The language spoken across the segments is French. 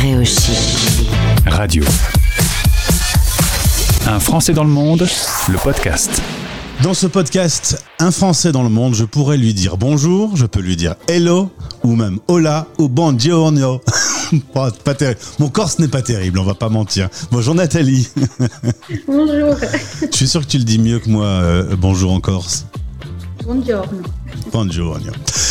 Hiroshi. Radio. Un Français dans le monde, le podcast. Dans ce podcast, un Français dans le monde, je pourrais lui dire bonjour, je peux lui dire hello, ou même hola, ou buongiorno. Pas terrible. Mon corse n'est pas terrible, on va pas mentir. Bonjour Nathalie. Bonjour. Je suis sûr que tu le dis mieux que moi, bonjour en corse. Buongiorno. Buongiorno.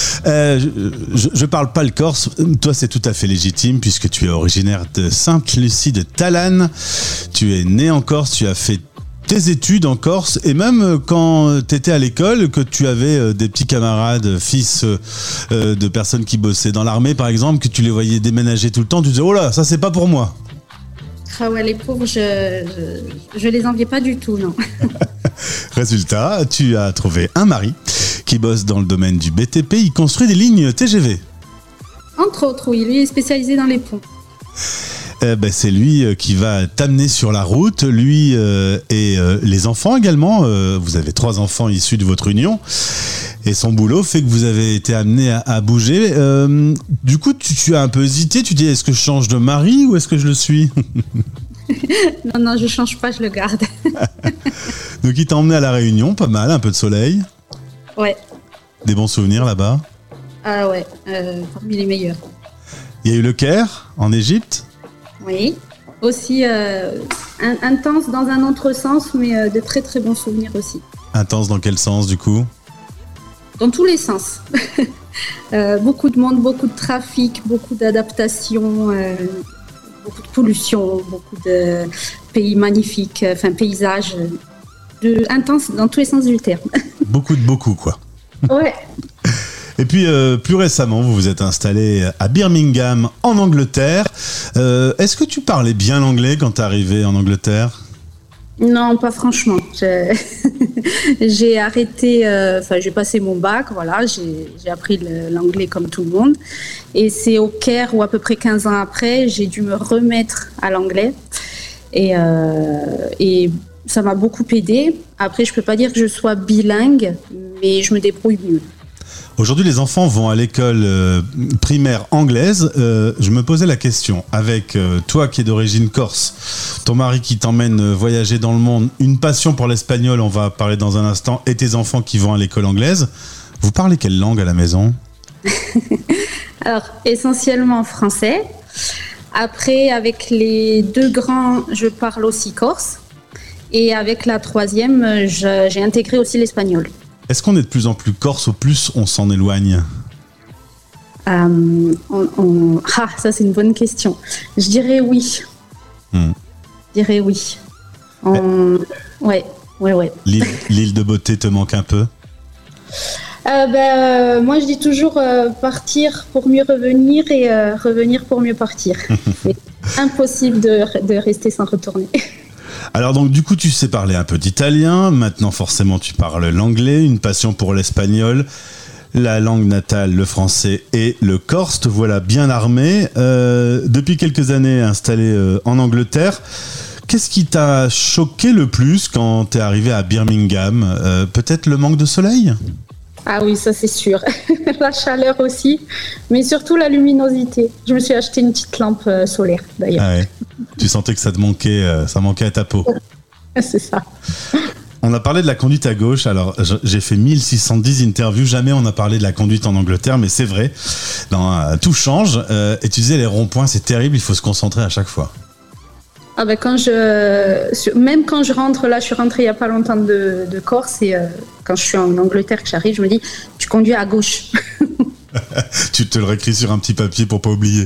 Je parle pas le corse, toi c'est tout à fait légitime puisque tu es originaire de Sainte-Lucie de Talanne. Tu es né en Corse, tu as fait tes études en Corse et même quand tu étais à l'école, que tu avais des petits camarades, fils de personnes qui bossaient dans l'armée par exemple, que tu les voyais déménager tout le temps, tu disais oh là, ça c'est pas pour moi. Ah ouais, les pauvres, je les enviais pas du tout, non. Résultat, tu as trouvé un mari qui bosse dans le domaine du BTP, il construit des lignes TGV. Entre autres, oui, lui est spécialisé dans les ponts. C'est lui qui va t'amener sur la route, lui et les enfants également. Vous avez 3 enfants issus de votre union. Et son boulot fait que vous avez été amené à bouger. Du coup, tu as un peu hésité. Tu dis, est-ce que je change de mari ou est-ce que je le suis ? Non, je change pas, je le garde. Donc, il t'a emmené à La Réunion, pas mal, un peu de soleil. Ouais. Des bons souvenirs là-bas ? Ah ouais, parmi les meilleurs. Il y a eu le Caire, en Égypte ? Oui. Aussi intense dans un autre sens, mais de très très bons souvenirs aussi. Intense dans quel sens, du coup ? Dans tous les sens. Beaucoup de monde, beaucoup de trafic, beaucoup d'adaptation, beaucoup de pollution, beaucoup de pays magnifiques, paysages intenses dans tous les sens du terme. Beaucoup, quoi. Ouais. Et puis, plus récemment, vous vous êtes installé à Birmingham, en Angleterre. Est-ce que tu parlais bien l'anglais quand t'es arrivé en Angleterre ? Non, pas franchement. J'ai arrêté, j'ai passé mon bac, voilà, j'ai appris l'anglais comme tout le monde. Et c'est au Caire où à peu près 15 ans après, j'ai dû me remettre à l'anglais. Et ça m'a beaucoup aidé. Après, je peux pas dire que je sois bilingue, mais je me débrouille mieux. Aujourd'hui, les enfants vont à l'école primaire anglaise. Je me posais la question, avec toi qui es d'origine corse, ton mari qui t'emmène voyager dans le monde, une passion pour l'espagnol, on va parler dans un instant, et tes enfants qui vont à l'école anglaise, vous parlez quelle langue à la maison ? Alors, essentiellement français. Après, avec les 2 grands, je parle aussi corse. Et avec la 3e, j'ai intégré aussi l'espagnol. Est-ce qu'on est de plus en plus corse ou plus on s'en éloigne ? Ça c'est une bonne question. Je dirais oui. Je dirais oui. Ouais. L'île de beauté te manque un peu ? Moi je dis toujours partir pour mieux revenir et revenir pour mieux partir. C'est impossible de rester sans retourner. Alors donc du coup tu sais parler un peu d'italien, maintenant forcément tu parles l'anglais, une passion pour l'espagnol, la langue natale, le français et le corse, te voilà bien armé. Depuis quelques années installé en Angleterre, qu'est-ce qui t'a choqué le plus quand t'es arrivé à Birmingham ? Peut-être le manque de soleil ? Ah oui, ça c'est sûr. La chaleur aussi, mais surtout la luminosité. Je me suis acheté une petite lampe solaire d'ailleurs. Ah ouais. Tu sentais que ça manquait à ta peau. C'est ça. On a parlé de la conduite à gauche. Alors, j'ai fait 1610 interviews. Jamais on a parlé de la conduite en Angleterre, mais c'est vrai. Tout change. Et tu disais, les ronds-points, c'est terrible. Il faut se concentrer à chaque fois. Ah ben même quand je rentre, là, je suis rentrée il n'y a pas longtemps de Corse. Et quand je suis en Angleterre, que j'arrive, je me dis, tu conduis à gauche. Tu te le réécris sur un petit papier pour pas oublier.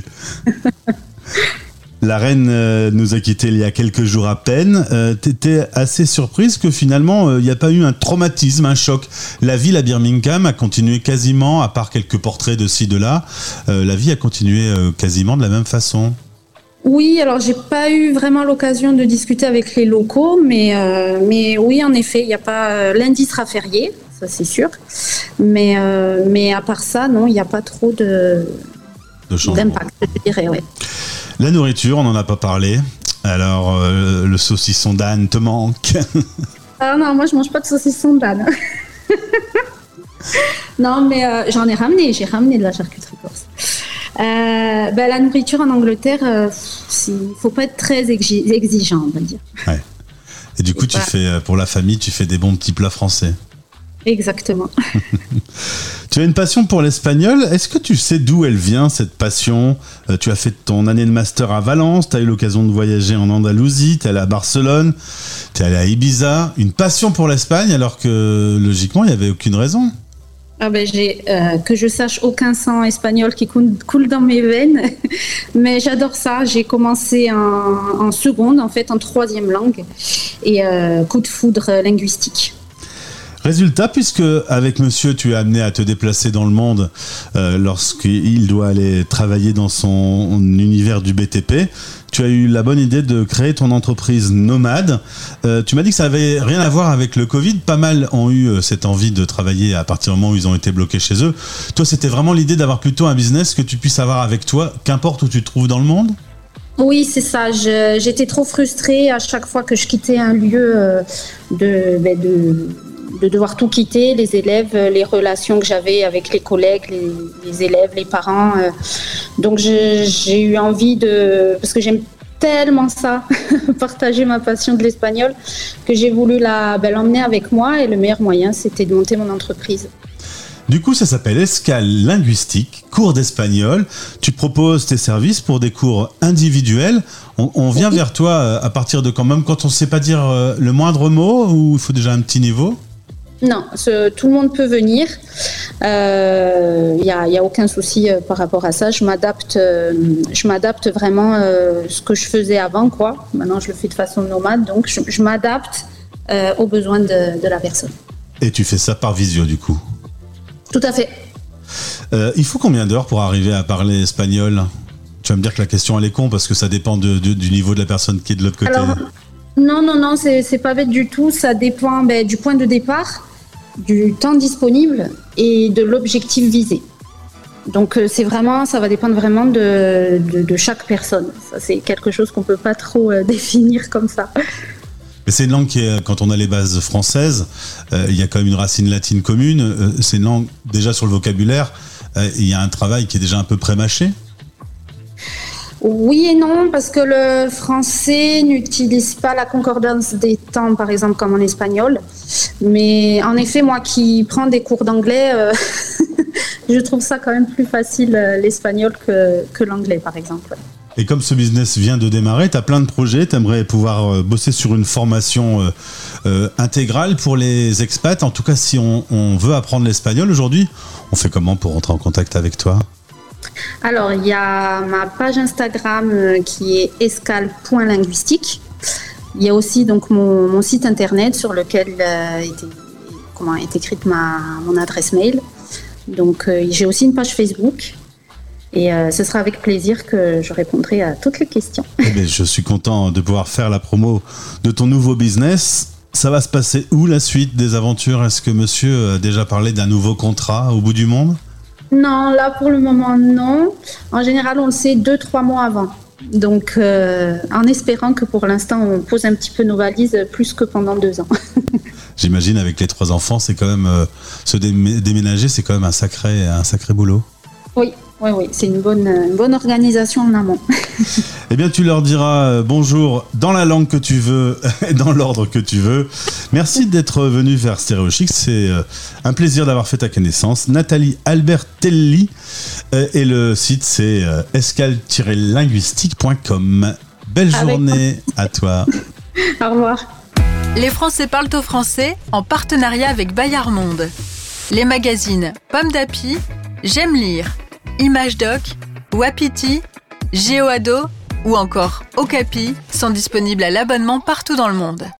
La reine nous a quittés il y a quelques jours à peine. T'étais assez surprise que finalement, il n'y a pas eu un traumatisme, un choc. La ville à Birmingham a continué quasiment, à part quelques portraits de ci, de là, la vie a continué quasiment de la même façon. Oui, alors j'ai pas eu vraiment l'occasion de discuter avec les locaux, mais oui, en effet, il n'y a pas... lundi sera férié, ça c'est sûr. Mais à part ça, non, il n'y a pas trop d'impact, je dirais, ouais. La nourriture, on n'en a pas parlé. Alors, le saucisson d'âne te manque ? Ah non, moi je mange pas de saucisson d'âne. Non, mais j'en ai ramené. J'ai ramené de la charcuterie corse. La nourriture en Angleterre, il ne faut pas être très exigeant, on va dire. Ouais. Et du coup, pour la famille, tu fais des bons petits plats français. Exactement. Tu as une passion pour l'espagnol. Est-ce que tu sais d'où elle vient, cette passion ? Tu as fait ton année de master à Valence, tu as eu l'occasion de voyager en Andalousie, tu es allé à Barcelone, tu es allé à Ibiza. Une passion pour l'Espagne alors que, logiquement, il n'y avait aucune raison. J'ai, que je sache, aucun sang espagnol qui coule dans mes veines. Mais j'adore ça. J'ai commencé en seconde, en fait, en troisième langue. Et coup de foudre linguistique. Résultat, puisque avec monsieur, tu es amené à te déplacer dans le monde lorsqu'il doit aller travailler dans son univers du BTP, tu as eu la bonne idée de créer ton entreprise Nomade. Tu m'as dit que ça avait rien à voir avec le Covid. Pas mal ont eu cette envie de travailler à partir du moment où ils ont été bloqués chez eux. Toi, c'était vraiment l'idée d'avoir plutôt un business que tu puisses avoir avec toi, qu'importe où tu te trouves dans le monde ? Oui, c'est ça. J'étais trop frustrée à chaque fois que je quittais un lieu de devoir tout quitter, les élèves, les relations que j'avais avec les collègues, les élèves, les parents. Donc j'ai eu envie parce que j'aime tellement ça, partager ma passion de l'espagnol, que j'ai voulu l'emmener avec moi, et le meilleur moyen, c'était de monter mon entreprise. Du coup, ça s'appelle Escale Linguistique, cours d'espagnol. Tu proposes tes services pour des cours individuels. On vient vers toi à partir de quand on ne sait pas dire le moindre mot, ou il faut déjà un petit niveau ? Non, tout le monde peut venir. Il y a aucun souci par rapport à ça. Je m'adapte vraiment ce que je faisais avant, quoi. Maintenant, je le fais de façon nomade, donc je m'adapte aux besoins de la personne. Et tu fais ça par visio, du coup ? Tout à fait. Il faut combien d'heures pour arriver à parler espagnol ? Tu vas me dire que la question elle est con parce que ça dépend du niveau de la personne qui est de l'autre côté. Alors, non, c'est pas bête du tout. Ça dépend du point de départ, du temps disponible et de l'objectif visé. Donc ça va dépendre vraiment de chaque personne. Ça, c'est quelque chose qu'on peut pas trop définir comme ça. Mais c'est une langue qui est, quand on a les bases françaises, il y a quand même une racine latine commune. C'est une langue, déjà sur le vocabulaire, il y a un travail qui est déjà un peu pré-mâché. Oui et non, parce que le français n'utilise pas la concordance des temps, par exemple, comme en espagnol. Mais en effet, moi qui prends des cours d'anglais, je trouve ça quand même plus facile, l'espagnol, que l'anglais, par exemple. Et comme ce business vient de démarrer, tu as plein de projets, tu aimerais pouvoir bosser sur une formation intégrale pour les expats. En tout cas, si on veut apprendre l'espagnol aujourd'hui, on fait comment pour rentrer en contact avec toi ? Alors, il y a ma page Instagram qui est escale.linguistique. Il y a aussi donc mon site internet sur lequel est écrite mon adresse mail. Donc, j'ai aussi une page Facebook. Et ce sera avec plaisir que je répondrai à toutes les questions. Je suis content de pouvoir faire la promo de ton nouveau business. Ça va se passer où la suite des aventures ? Est-ce que monsieur a déjà parlé d'un nouveau contrat au bout du monde ? Non, là pour le moment non. En général, on le sait 2-3 mois avant. Donc en espérant que pour l'instant on pose un petit peu nos valises plus que pendant 2 ans. J'imagine avec les 3 enfants, c'est quand même se déménager, c'est quand même un sacré boulot. Oui, c'est une bonne organisation en amont. Eh bien, tu leur diras bonjour dans la langue que tu veux et dans l'ordre que tu veux. Merci d'être venue vers Stéréo Chic. C'est un plaisir d'avoir fait ta connaissance. Nathalie Albertelli et le site c'est escale-linguistique.com. Belle journée à toi. Au revoir. Les Français parlent au français en partenariat avec Bayard Monde. Les magazines Pomme d'Api, J'aime lire, Image Doc, Wapiti, GeoAdo ou encore Okapi sont disponibles à l'abonnement partout dans le monde.